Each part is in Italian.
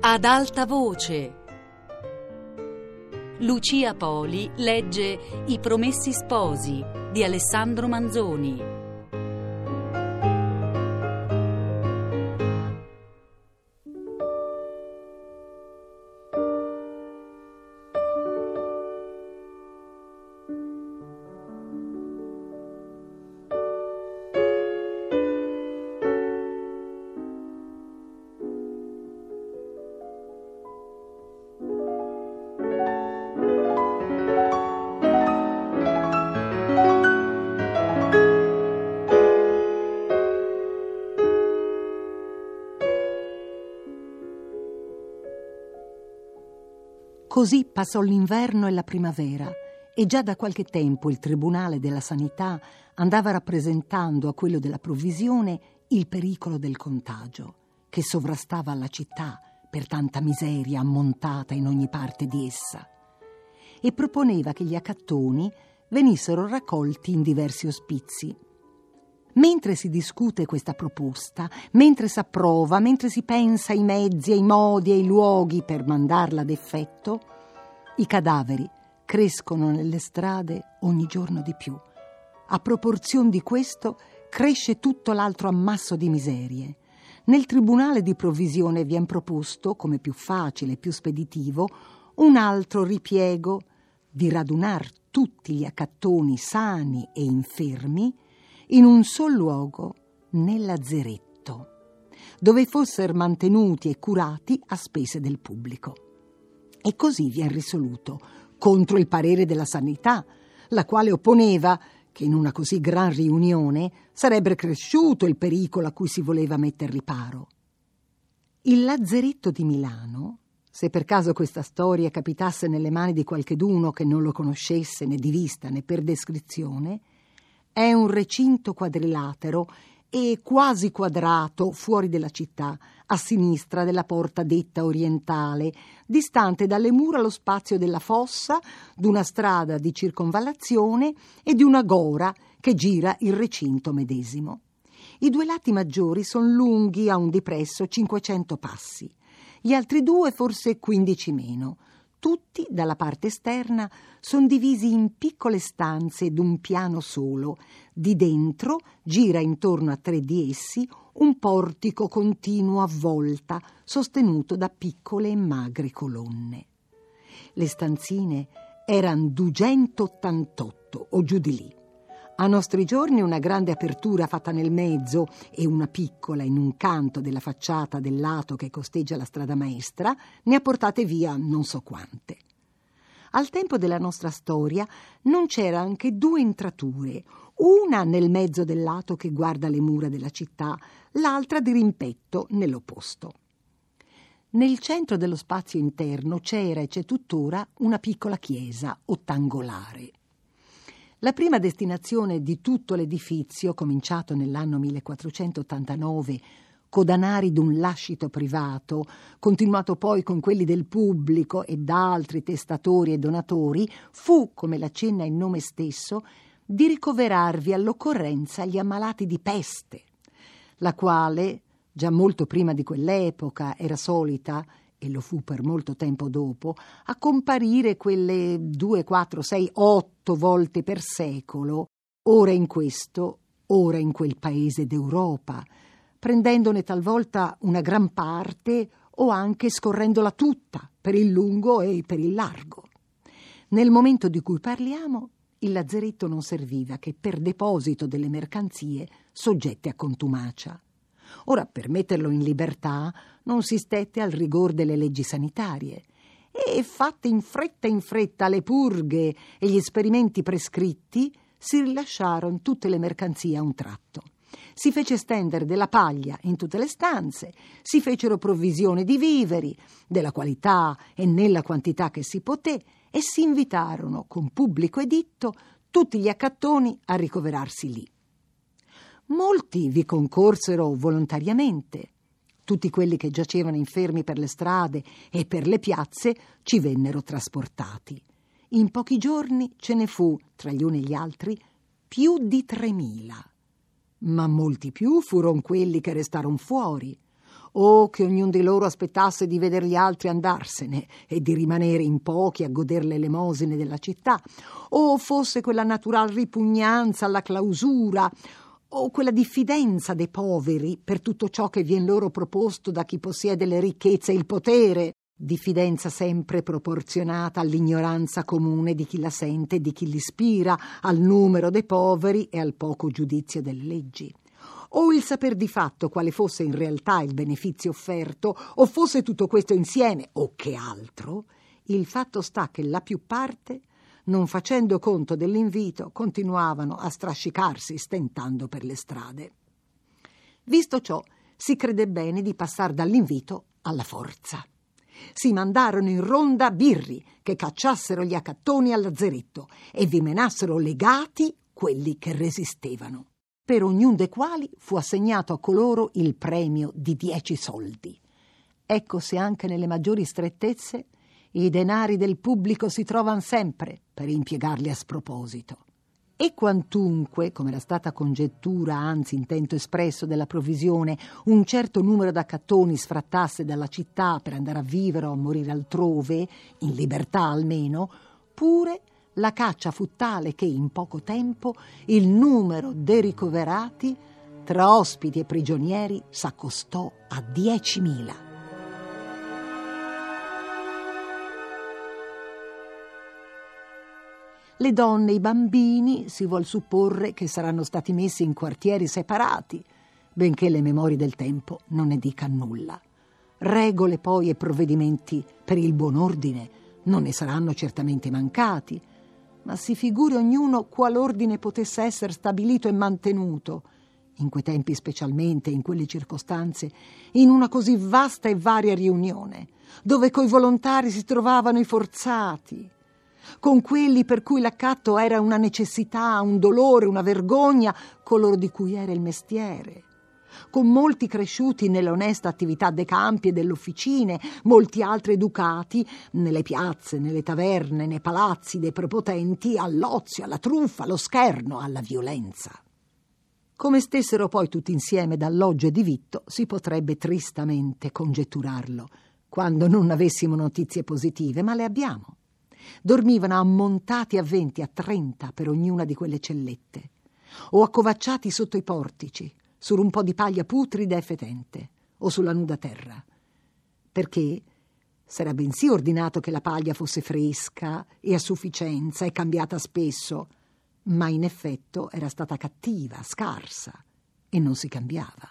Ad alta voce. Lucia Poli legge I Promessi Sposi di Alessandro Manzoni. Così passò l'inverno e la primavera e già da qualche tempo il Tribunale della Sanità andava rappresentando a quello della Provvisione il pericolo del contagio che sovrastava la città per tanta miseria ammontata in ogni parte di essa e proponeva che gli accattoni venissero raccolti in diversi ospizi. Mentre si discute questa proposta, mentre s'approva, mentre si pensa ai mezzi, ai modi e ai luoghi per mandarla ad effetto, i cadaveri crescono nelle strade ogni giorno di più. A proporzione di questo cresce tutto l'altro ammasso di miserie. Nel Tribunale di Provvisione viene proposto, come più facile e più speditivo, un altro ripiego di radunar tutti gli accattoni sani e infermi in un sol luogo, nel lazzeretto, dove fossero mantenuti e curati a spese del pubblico. E così viene risoluto, contro il parere della sanità, la quale opponeva che in una così gran riunione sarebbe cresciuto il pericolo a cui si voleva metter riparo. Il lazzeretto di Milano, se per caso questa storia capitasse nelle mani di qualcheduno che non lo conoscesse né di vista né per descrizione, è un recinto quadrilatero e quasi quadrato fuori della città, a sinistra della porta detta orientale, distante dalle mura lo spazio della fossa, d'una strada di circonvallazione e di una gora che gira il recinto medesimo. I due lati maggiori sono lunghi a un dipresso 500 passi, gli altri due forse 15 meno. Tutti, dalla parte esterna, sono divisi in piccole stanze d'un piano solo. Di dentro gira intorno a tre di essi un portico continuo a volta, sostenuto da piccole e magre colonne. Le stanzine erano 288 o giù di lì. A nostri giorni una grande apertura fatta nel mezzo e una piccola in un canto della facciata del lato che costeggia la strada maestra ne ha portate via non so quante. Al tempo della nostra storia non c'era anche due entrature, una nel mezzo del lato che guarda le mura della città, l'altra di rimpetto nell'opposto. Nel centro dello spazio interno c'era e c'è tuttora una piccola chiesa ottangolare. La prima destinazione di tutto l'edifizio, cominciato nell'anno 1489, co' danari d'un lascito privato, continuato poi con quelli del pubblico e da altri testatori e donatori, fu, come l'accenna il nome stesso, di ricoverarvi all'occorrenza gli ammalati di peste, la quale, già molto prima di quell'epoca, era solita, e lo fu per molto tempo dopo, a comparire quelle 2, 4, 6, 8 volte per secolo, ora in questo, ora in quel paese d'Europa, prendendone talvolta una gran parte o anche scorrendola tutta per il lungo e per il largo. Nel momento di cui parliamo, il lazzeretto non serviva che per deposito delle mercanzie soggette a contumacia. Ora, per metterlo in libertà, non si stette al rigor delle leggi sanitarie e, fatte in fretta le purghe e gli esperimenti prescritti, si rilasciarono tutte le mercanzie a un tratto. Si fece stendere della paglia in tutte le stanze, si fecero provvisione di viveri, della qualità e nella quantità che si poté, e si invitarono con pubblico editto tutti gli accattoni a ricoverarsi lì. Molti vi concorsero volontariamente. Tutti quelli che giacevano infermi per le strade e per le piazze ci vennero trasportati. In pochi giorni ce ne fu, tra gli uni e gli altri, più di 3.000. Ma molti più furono quelli che restarono fuori. o che ognuno di loro aspettasse di vedere gli altri andarsene e di rimanere in pochi a goder le elemosine della città, o fosse quella natural ripugnanza alla clausura, o quella diffidenza dei poveri per tutto ciò che vien loro proposto da chi possiede le ricchezze e il potere, diffidenza sempre proporzionata all'ignoranza comune di chi la sente e di chi l'ispira, al numero dei poveri e al poco giudizio delle leggi. O il saper di fatto quale fosse in realtà il benefizio offerto, o fosse tutto questo insieme, o che altro, il fatto sta che la più parte, non facendo conto dell'invito, continuavano a strascicarsi stentando per le strade. Visto ciò, si crede bene di passar dall'invito alla forza. Si mandarono in ronda birri che cacciassero gli accattoni all'azzeretto e vi menassero legati quelli che resistevano, per ognun dei quali fu assegnato a coloro il premio di 10 soldi. Ecco se anche nelle maggiori strettezze i denari del pubblico si trovan sempre per impiegarli a sproposito. E quantunque, come era stata congettura, anzi intento espresso della provvisione, un certo numero d'accattoni sfrattasse dalla città per andare a vivere o a morire altrove, in libertà almeno, pure la caccia fu tale che in poco tempo il numero dei ricoverati tra ospiti e prigionieri s'accostò a 10.000. Le donne e i bambini si vuol supporre che saranno stati messi in quartieri separati, benché le memorie del tempo non ne dicano nulla. Regole poi e provvedimenti per il buon ordine non ne saranno certamente mancati, ma si figuri ognuno qual ordine potesse essere stabilito e mantenuto, in quei tempi specialmente, in quelle circostanze, in una così vasta e varia riunione, dove coi volontari si trovavano i forzati, con quelli per cui l'accatto era una necessità, un dolore, una vergogna, coloro di cui era il mestiere, con molti cresciuti nell'onesta attività dei campi e delle officine, molti altri educati nelle piazze, nelle taverne, nei palazzi dei prepotenti, all'ozio, alla truffa, allo scherno, alla violenza. Come stessero poi tutti insieme d'alloggio e di vitto, si potrebbe tristamente congetturarlo, quando non avessimo notizie positive, ma le abbiamo. Dormivano ammontati a 20, a 30 per ognuna di quelle cellette, o accovacciati sotto i portici, su un po' di paglia putrida e fetente, o sulla nuda terra, perché s'era bensì ordinato che la paglia fosse fresca e a sufficienza e cambiata spesso, ma in effetto era stata cattiva, scarsa, e non si cambiava.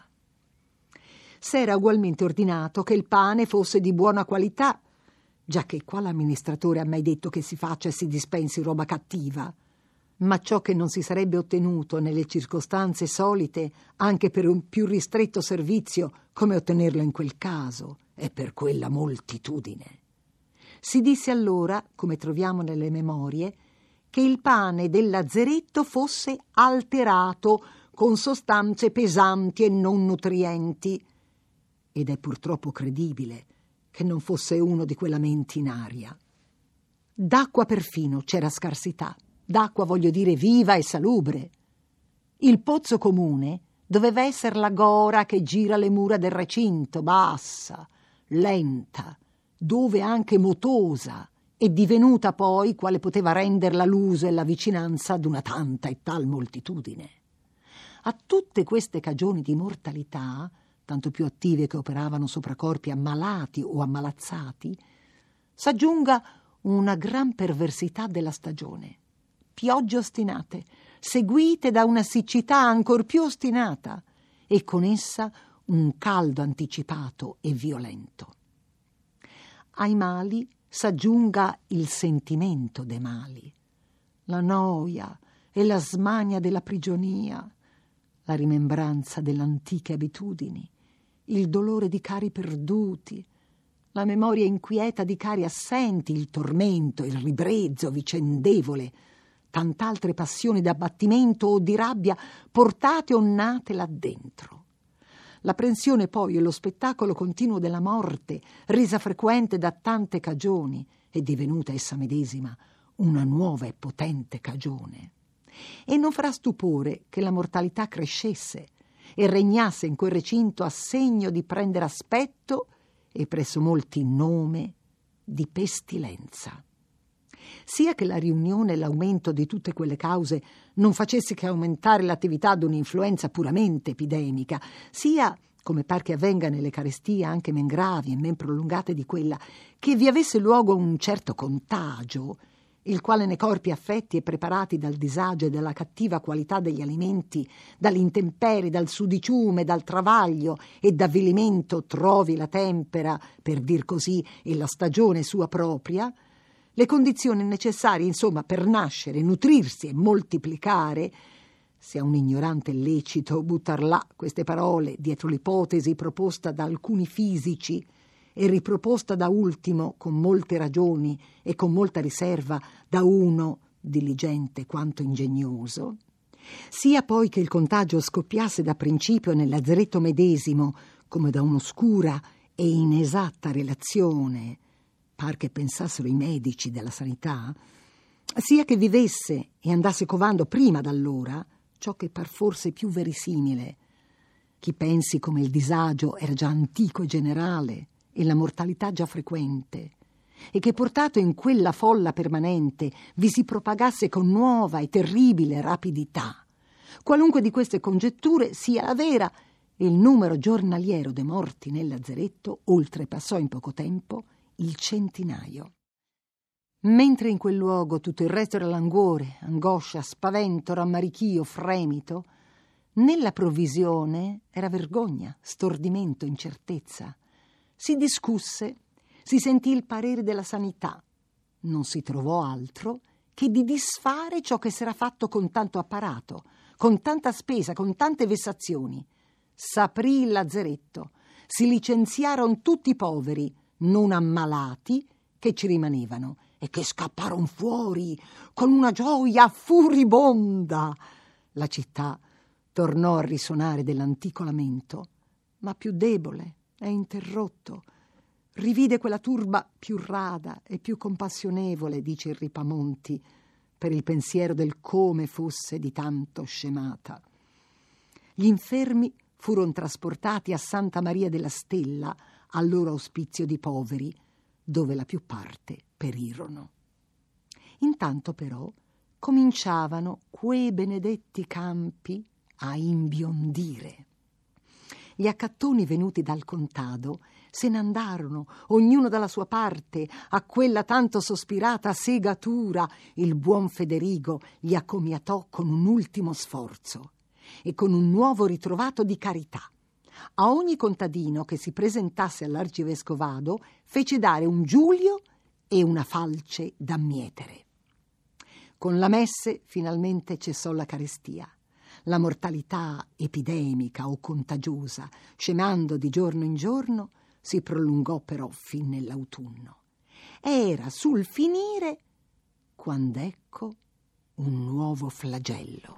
S'era ugualmente ordinato che il pane fosse di buona qualità, giacché qua l'amministratore ha mai detto che si faccia e si dispensi roba cattiva, ma ciò che non si sarebbe ottenuto nelle circostanze solite anche per un più ristretto servizio, come ottenerlo in quel caso e per quella moltitudine. Si disse allora, come troviamo nelle memorie, che il pane del lazzeretto fosse alterato con sostanze pesanti e non nutrienti, ed è purtroppo credibile che non fosse uno di quella mente in aria. D'acqua perfino c'era scarsità, d'acqua voglio dire viva e salubre. Il pozzo comune doveva essere la gora che gira le mura del recinto, bassa, lenta, dove anche motosa, e divenuta poi quale poteva renderla l'uso e la vicinanza d'una tanta e tal moltitudine. A tutte queste cagioni di mortalità, tanto più attive che operavano sopra corpi ammalati o ammalazzati, s'aggiunga una gran perversità della stagione. Piogge ostinate, seguite da una siccità ancor più ostinata, e con essa un caldo anticipato e violento. Ai mali s'aggiunga il sentimento dei mali, la noia e la smania della prigionia, la rimembranza delle antiche abitudini, il dolore di cari perduti, la memoria inquieta di cari assenti, il tormento, il ribrezzo vicendevole, tant'altre passioni d'abbattimento o di rabbia portate o nate là dentro. L'apprensione poi e lo spettacolo continuo della morte, resa frequente da tante cagioni, è divenuta essa medesima una nuova e potente cagione. E non farà stupore che la mortalità crescesse e regnasse in quel recinto a segno di prendere aspetto e presso molti nome di pestilenza. Sia che la riunione e l'aumento di tutte quelle cause non facesse che aumentare l'attività di un'influenza puramente epidemica, sia, come par che avvenga nelle carestie anche men gravi e men prolungate di quella, che vi avesse luogo un certo contagio, il quale nei corpi affetti e preparati dal disagio e dalla cattiva qualità degli alimenti, dall'intemperie, dal sudiciume, dal travaglio e d'avvilimento trovi la tempera, per dir così, e la stagione sua propria, le condizioni necessarie, insomma, per nascere, nutrirsi e moltiplicare. Sia un ignorante lecito buttar là queste parole dietro l'ipotesi proposta da alcuni fisici e riproposta da ultimo, con molte ragioni e con molta riserva, da uno diligente quanto ingegnoso, sia poi che il contagio scoppiasse da principio nel lazzeretto medesimo come da un'oscura e inesatta relazione, par che pensassero i medici della sanità, sia che vivesse e andasse covando prima d'allora ciò che par forse più verisimile. Chi pensi come il disagio era già antico e generale e la mortalità già frequente, e che portato in quella folla permanente vi si propagasse con nuova e terribile rapidità. Qualunque di queste congetture sia la vera, il numero giornaliero dei morti nel lazzeretto oltrepassò in poco tempo il centinaio. Mentre in quel luogo tutto il resto era languore, angoscia, spavento, rammarichio, fremito, nella provvisione era vergogna, stordimento, incertezza. Si discusse, si sentì il parere della sanità. Non si trovò altro che di disfare ciò che s'era fatto con tanto apparato, con tanta spesa, con tante vessazioni. S'aprì il lazzeretto, si licenziarono tutti i poveri, non ammalati, che ci rimanevano e che scapparono fuori con una gioia furibonda. La città tornò a risonare dell'antico lamento, ma più debole e interrotto. Rivide quella turba più rada e più compassionevole, dice il Ripamonti, per il pensiero del come fosse di tanto scemata. Gli infermi furono trasportati a Santa Maria della Stella, al loro ospizio di poveri, dove la più parte perirono. Intanto però cominciavano quei benedetti campi a imbiondire. Gli accattoni venuti dal contado se ne andarono, ognuno dalla sua parte, a quella tanto sospirata segatura. Il buon Federigo li accomiatò con un ultimo sforzo e con un nuovo ritrovato di carità. A ogni contadino che si presentasse all'arcivescovado fece dare un giulio e una falce da mietere. Con la messe finalmente cessò la carestia. La mortalità epidemica o contagiosa, scemando di giorno in giorno, si prolungò però fin nell'autunno. Era sul finire quando ecco un nuovo flagello.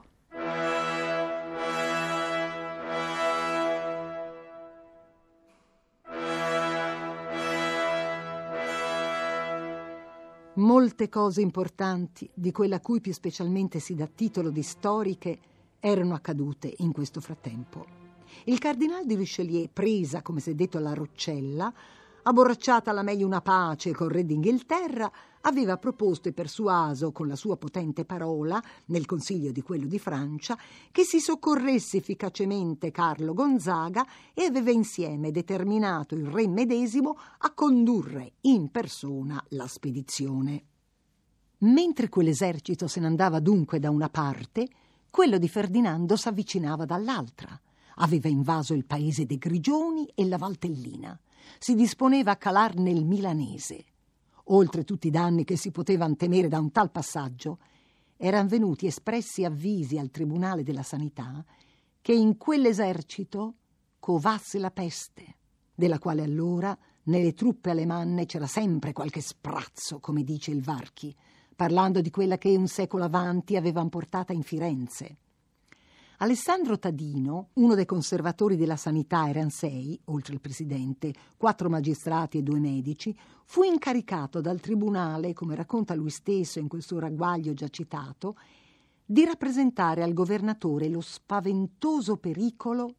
Molte cose importanti, di quella a cui più specialmente si dà titolo di storiche, erano accadute in questo frattempo. Il cardinal di Richelieu, presa, come si è detto, alla Roccella, abborracciata alla meglio una pace col re d'Inghilterra, aveva proposto e persuaso con la sua potente parola, nel consiglio di quello di Francia, che si soccorresse efficacemente Carlo Gonzaga e aveva insieme determinato il re medesimo a condurre in persona la spedizione. Mentre quell'esercito se ne andava dunque da una parte, quello di Ferdinando s'avvicinava dall'altra. Aveva invaso il paese dei Grigioni e la Valtellina. Si disponeva a calar nel Milanese. Oltre tutti i danni che si potevano temere da un tal passaggio, erano venuti espressi avvisi al Tribunale della Sanità che in quell'esercito covasse la peste, della quale allora nelle truppe alemanne c'era sempre qualche sprazzo, come dice il Varchi, parlando di quella che un secolo avanti avevano portata in Firenze. Alessandro Tadino, uno dei conservatori della sanità, erano 6, oltre il presidente, 4 magistrati e 2 medici, fu incaricato dal tribunale, come racconta lui stesso in quel suo ragguaglio già citato, di rappresentare al governatore lo spaventoso pericolo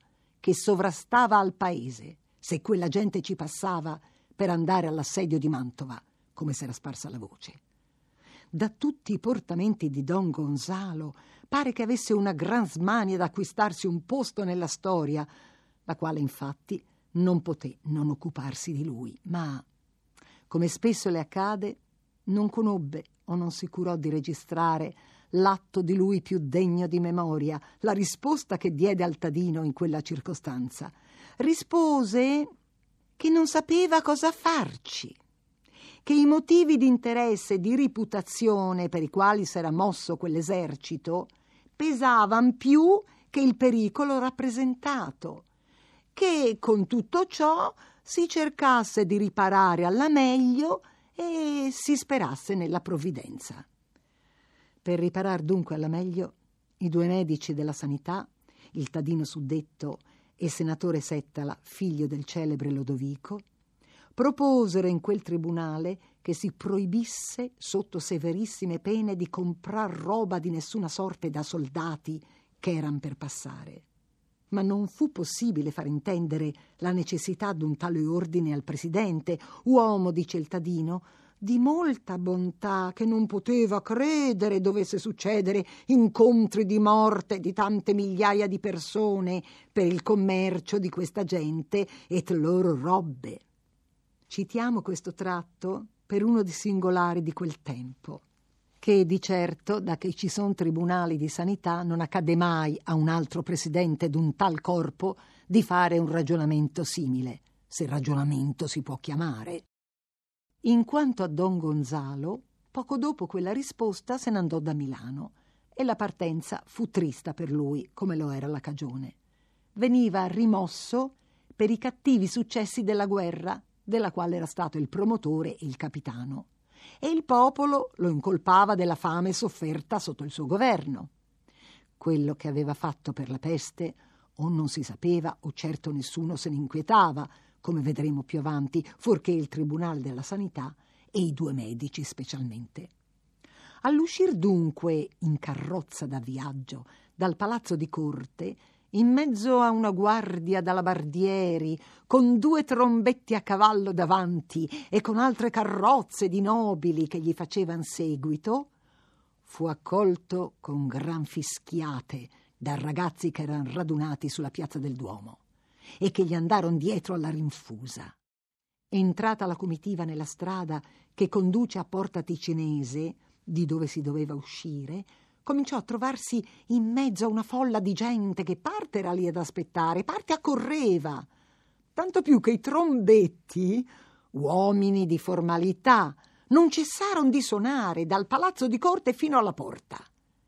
che sovrastava al paese, se quella gente ci passava per andare all'assedio di Mantova, come s'era sparsa la voce. Da tutti i portamenti di Don Gonzalo pare che avesse una gran smania d'acquistarsi un posto nella storia, la quale infatti non poté non occuparsi di lui, ma, come spesso le accade, non conobbe o non si curò di registrare l'atto di lui più degno di memoria, la risposta che diede al Tadino in quella circostanza. Rispose che non sapeva cosa farci, che i motivi di interesse e di reputazione per i quali s'era mosso quell'esercito pesavan più che il pericolo rappresentato, che con tutto ciò si cercasse di riparare alla meglio e si sperasse nella provvidenza. Per riparar dunque alla meglio, i 2 medici della sanità, il Tadino suddetto e senatore Settala, figlio del celebre Lodovico, proposero in quel tribunale che si proibisse sotto severissime pene di comprar roba di nessuna sorte da soldati che eran per passare. Ma non fu possibile far intendere la necessità d'un tale ordine al presidente, uomo, dice il Tadino, di molta bontà, che non poteva credere dovesse succedere incontri di morte di tante migliaia di persone per il commercio di questa gente et loro robbe. Citiamo questo tratto per uno di singolari di quel tempo, che di certo, da che ci sono tribunali di sanità, non accadde mai a un altro presidente d'un tal corpo di fare un ragionamento simile, se ragionamento si può chiamare. In quanto a Don Gonzalo, poco dopo quella risposta se n'andò da Milano e la partenza fu trista per lui, come lo era la cagione. Veniva rimosso per i cattivi successi della guerra, della quale era stato il promotore e il capitano, e il popolo lo incolpava della fame sofferta sotto il suo governo. Quello che aveva fatto per la peste o non si sapeva o certo nessuno se ne inquietava, come vedremo più avanti, fuorché il Tribunale della Sanità e i 2 medici specialmente. All'uscir dunque in carrozza da viaggio dal palazzo di corte, in mezzo a una guardia d'alabardieri, con 2 trombetti a cavallo davanti e con altre carrozze di nobili che gli facevan seguito, fu accolto con gran fischiate da ragazzi che erano radunati sulla piazza del Duomo e che gli andarono dietro alla rinfusa. Entrata la comitiva nella strada che conduce a Porta Ticinese, di dove si doveva uscire, cominciò a trovarsi in mezzo a una folla di gente che parte era lì ad aspettare, parte accorreva, tanto più che i trombetti, uomini di formalità, non cessarono di suonare dal palazzo di corte fino alla porta.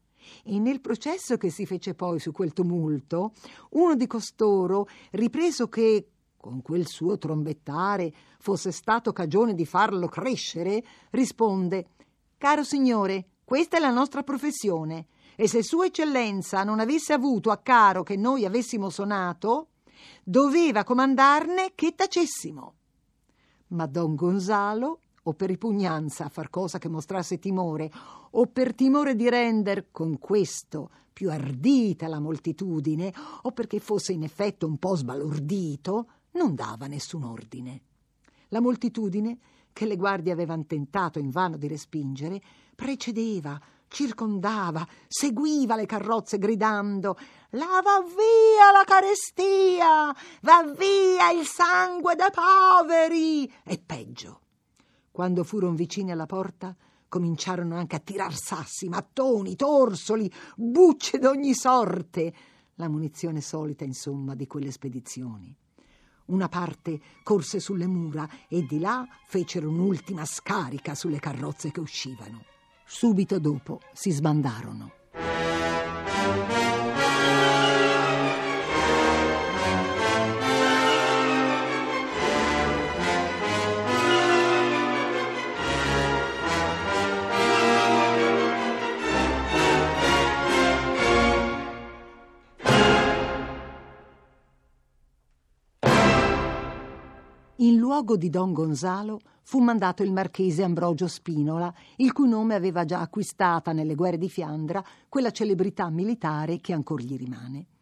E nel processo che si fece poi su quel tumulto, uno di costoro, ripreso che con quel suo trombettare fosse stato cagione di farlo crescere, risponde: «Caro signore, questa è la nostra professione, e se Sua Eccellenza non avesse avuto a caro che noi avessimo suonato, doveva comandarne che tacessimo». Ma Don Gonzalo, o per ripugnanza a far cosa che mostrasse timore, o per timore di render con questo più ardita la moltitudine, o perché fosse in effetto un po' sbalordito, non dava nessun ordine. La moltitudine, che le guardie avevano tentato invano di respingere, precedeva, circondava, seguiva le carrozze gridando: «La va via la carestia! Va via il sangue dei poveri!» E peggio. Quando furono vicini alla porta, cominciarono anche a tirar sassi, mattoni, torsoli, bucce d'ogni sorte, la munizione solita, insomma, di quelle spedizioni. Una parte corse sulle mura e di là fecero un'ultima scarica sulle carrozze che uscivano. Subito dopo si sbandarono. In luogo di Don Gonzalo fu mandato il marchese Ambrogio Spinola, il cui nome aveva già acquistata nelle guerre di Fiandra quella celebrità militare che ancor gli rimane.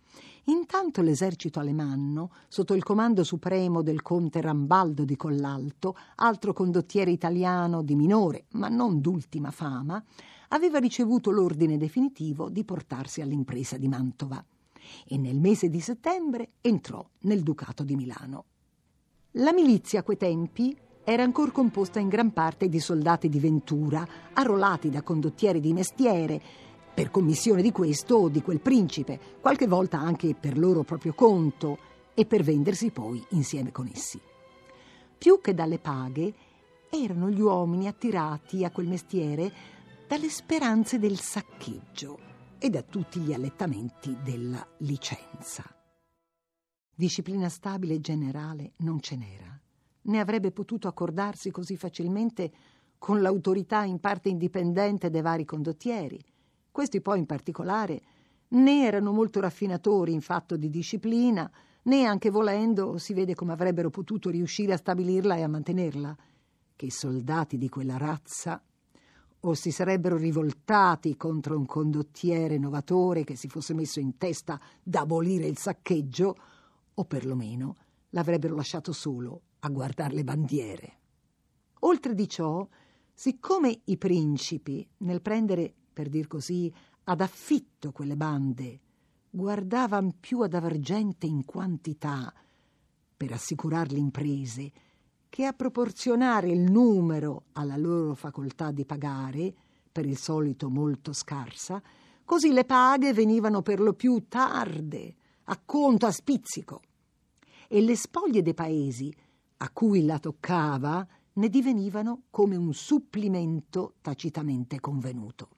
Intanto l'esercito alemanno, sotto il comando supremo del conte Rambaldo di Collalto, altro condottiere italiano di minore, ma non d'ultima fama, aveva ricevuto l'ordine definitivo di portarsi all'impresa di Mantova e nel mese di settembre entrò nel Ducato di Milano. La milizia a quei tempi era ancora composta in gran parte di soldati di ventura, arruolati da condottieri di mestiere, per commissione di questo o di quel principe, qualche volta anche per loro proprio conto e per vendersi poi insieme con essi. Più che dalle paghe, erano gli uomini attirati a quel mestiere dalle speranze del saccheggio e da tutti gli allettamenti della licenza. Disciplina stabile e generale non ce n'era. Ne avrebbe potuto accordarsi così facilmente con l'autorità in parte indipendente dei vari condottieri. Questi poi in particolare né erano molto raffinatori in fatto di disciplina, né anche volendo si vede come avrebbero potuto riuscire a stabilirla e a mantenerla, che i soldati di quella razza o si sarebbero rivoltati contro un condottiere novatore che si fosse messo in testa d'abolire il saccheggio, o perlomeno l'avrebbero lasciato solo a guardare le bandiere. Oltre di ciò, siccome i principi, nel prendere, per dir così, ad affitto quelle bande, guardavan più ad aver gente in quantità per assicurar le imprese che a proporzionare il numero alla loro facoltà di pagare, per il solito molto scarsa, così le paghe venivano per lo più tarde, a conto, a spizzico, e le spoglie dei paesi a cui la toccava ne divenivano come un supplimento tacitamente convenuto.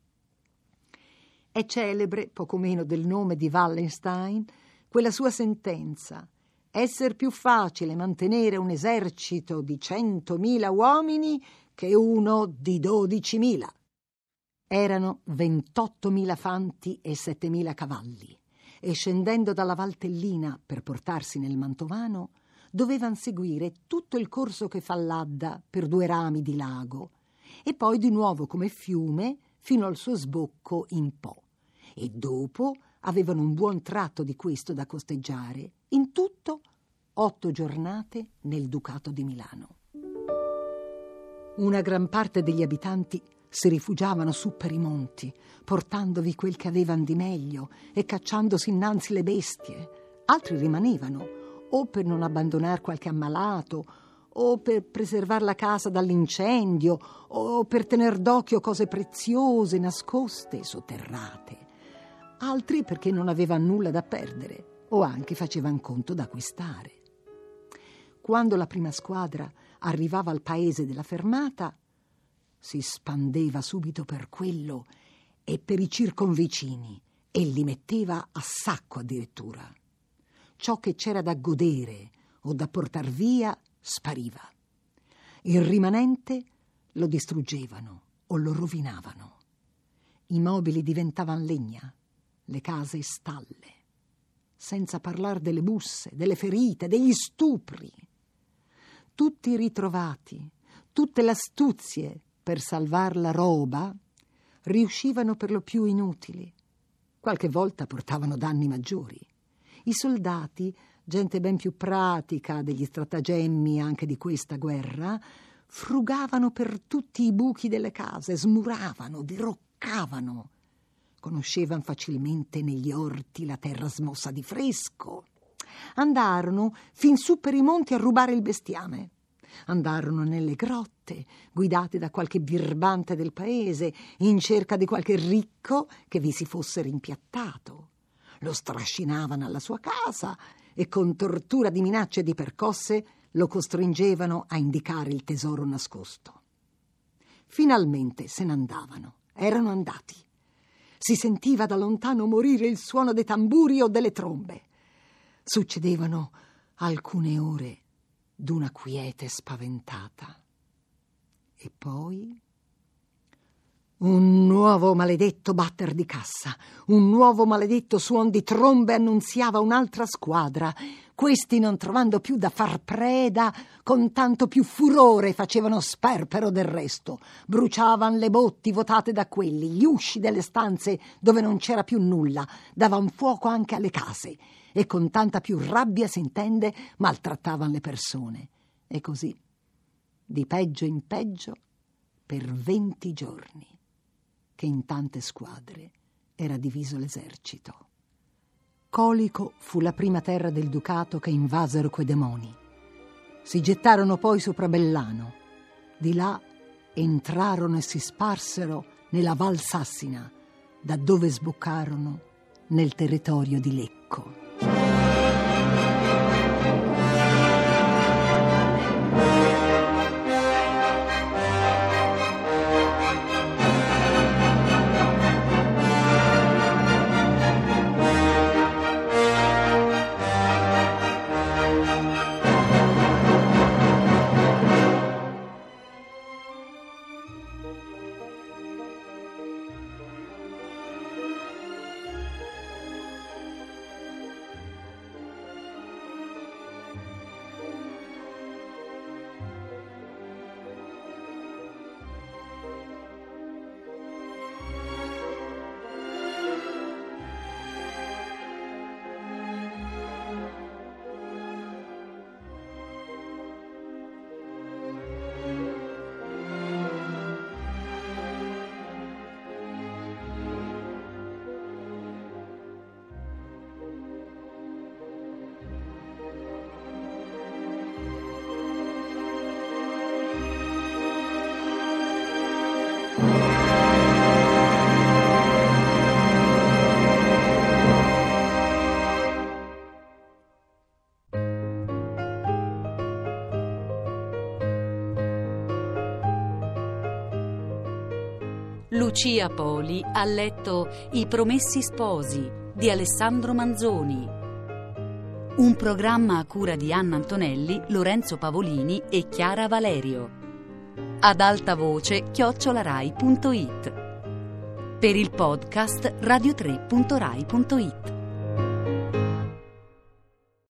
È celebre, poco meno del nome di Wallenstein, quella sua sentenza: esser più facile mantenere un esercito di 100.000 uomini che uno di 12.000. Erano 28.000 fanti e 7.000 cavalli, e scendendo dalla Valtellina per portarsi nel Mantovano, dovevan seguire tutto il corso che fa l'Adda per 2 rami di lago, e poi di nuovo come fiume fino al suo sbocco in Po, e dopo avevano un buon tratto di questo da costeggiare, in tutto 8 giornate nel Ducato di Milano. Una gran parte degli abitanti si rifugiavano su per i monti, portandovi quel che avevan di meglio e cacciandosi innanzi le bestie. Altri rimanevano, o per non abbandonar qualche ammalato, o per preservar la casa dall'incendio, o per tener d'occhio cose preziose, nascoste e sotterrate. Altri perché non avevan nulla da perdere, o anche facevan conto d'acquistare. Quando la prima squadra arrivava al paese della fermata, si spandeva subito per quello e per i circonvicini e li metteva a sacco addirittura. Ciò che c'era da godere o da portar via spariva. Il rimanente lo distruggevano o lo rovinavano. I mobili diventavano legna, le case stalle, senza parlare delle busse, delle ferite, degli stupri. Tutti i ritrovati, tutte le astuzie per salvar la roba riuscivano per lo più inutili. Qualche volta portavano danni maggiori. I soldati, gente ben più pratica degli stratagemmi anche di questa guerra, frugavano per tutti i buchi delle case, smuravano, diroccavano. Conoscevano facilmente negli orti la terra smossa di fresco. Andarono fin su per i monti a rubare il bestiame. Andarono nelle grotte, guidati da qualche birbante del paese, in cerca di qualche ricco che vi si fosse rimpiattato. Lo strascinavano alla sua casa e con tortura di minacce e di percosse lo costringevano a indicare il tesoro nascosto. Finalmente se ne andavano, erano andati. Si sentiva da lontano morire il suono dei tamburi o delle trombe. Succedevano alcune ore d'una quiete spaventata. E poi Un nuovo maledetto batter di cassa, un nuovo maledetto suon di trombe annunziava un'altra squadra. Questi, non trovando più da far preda, con tanto più furore facevano sperpero del resto. Bruciavan le botti votate da quelli, gli usci delle stanze dove non c'era più nulla, davan fuoco anche alle case e con tanta più rabbia, s'intende, maltrattavan le persone. E così, di peggio in peggio, per 20 giorni, che in tante squadre era diviso l'esercito. Colico fu la prima terra del ducato che invasero quei demoni. Si gettarono poi sopra Bellano. Di là entrarono e si sparsero nella Val Sassina, da dove sboccarono nel territorio di Lecco. Lucia Poli ha letto I Promessi Sposi di Alessandro Manzoni. Un programma a cura di Anna Antonelli, Lorenzo Pavolini e Chiara Valerio. Ad alta voce @rai.it. Per il podcast radio3.rai.it.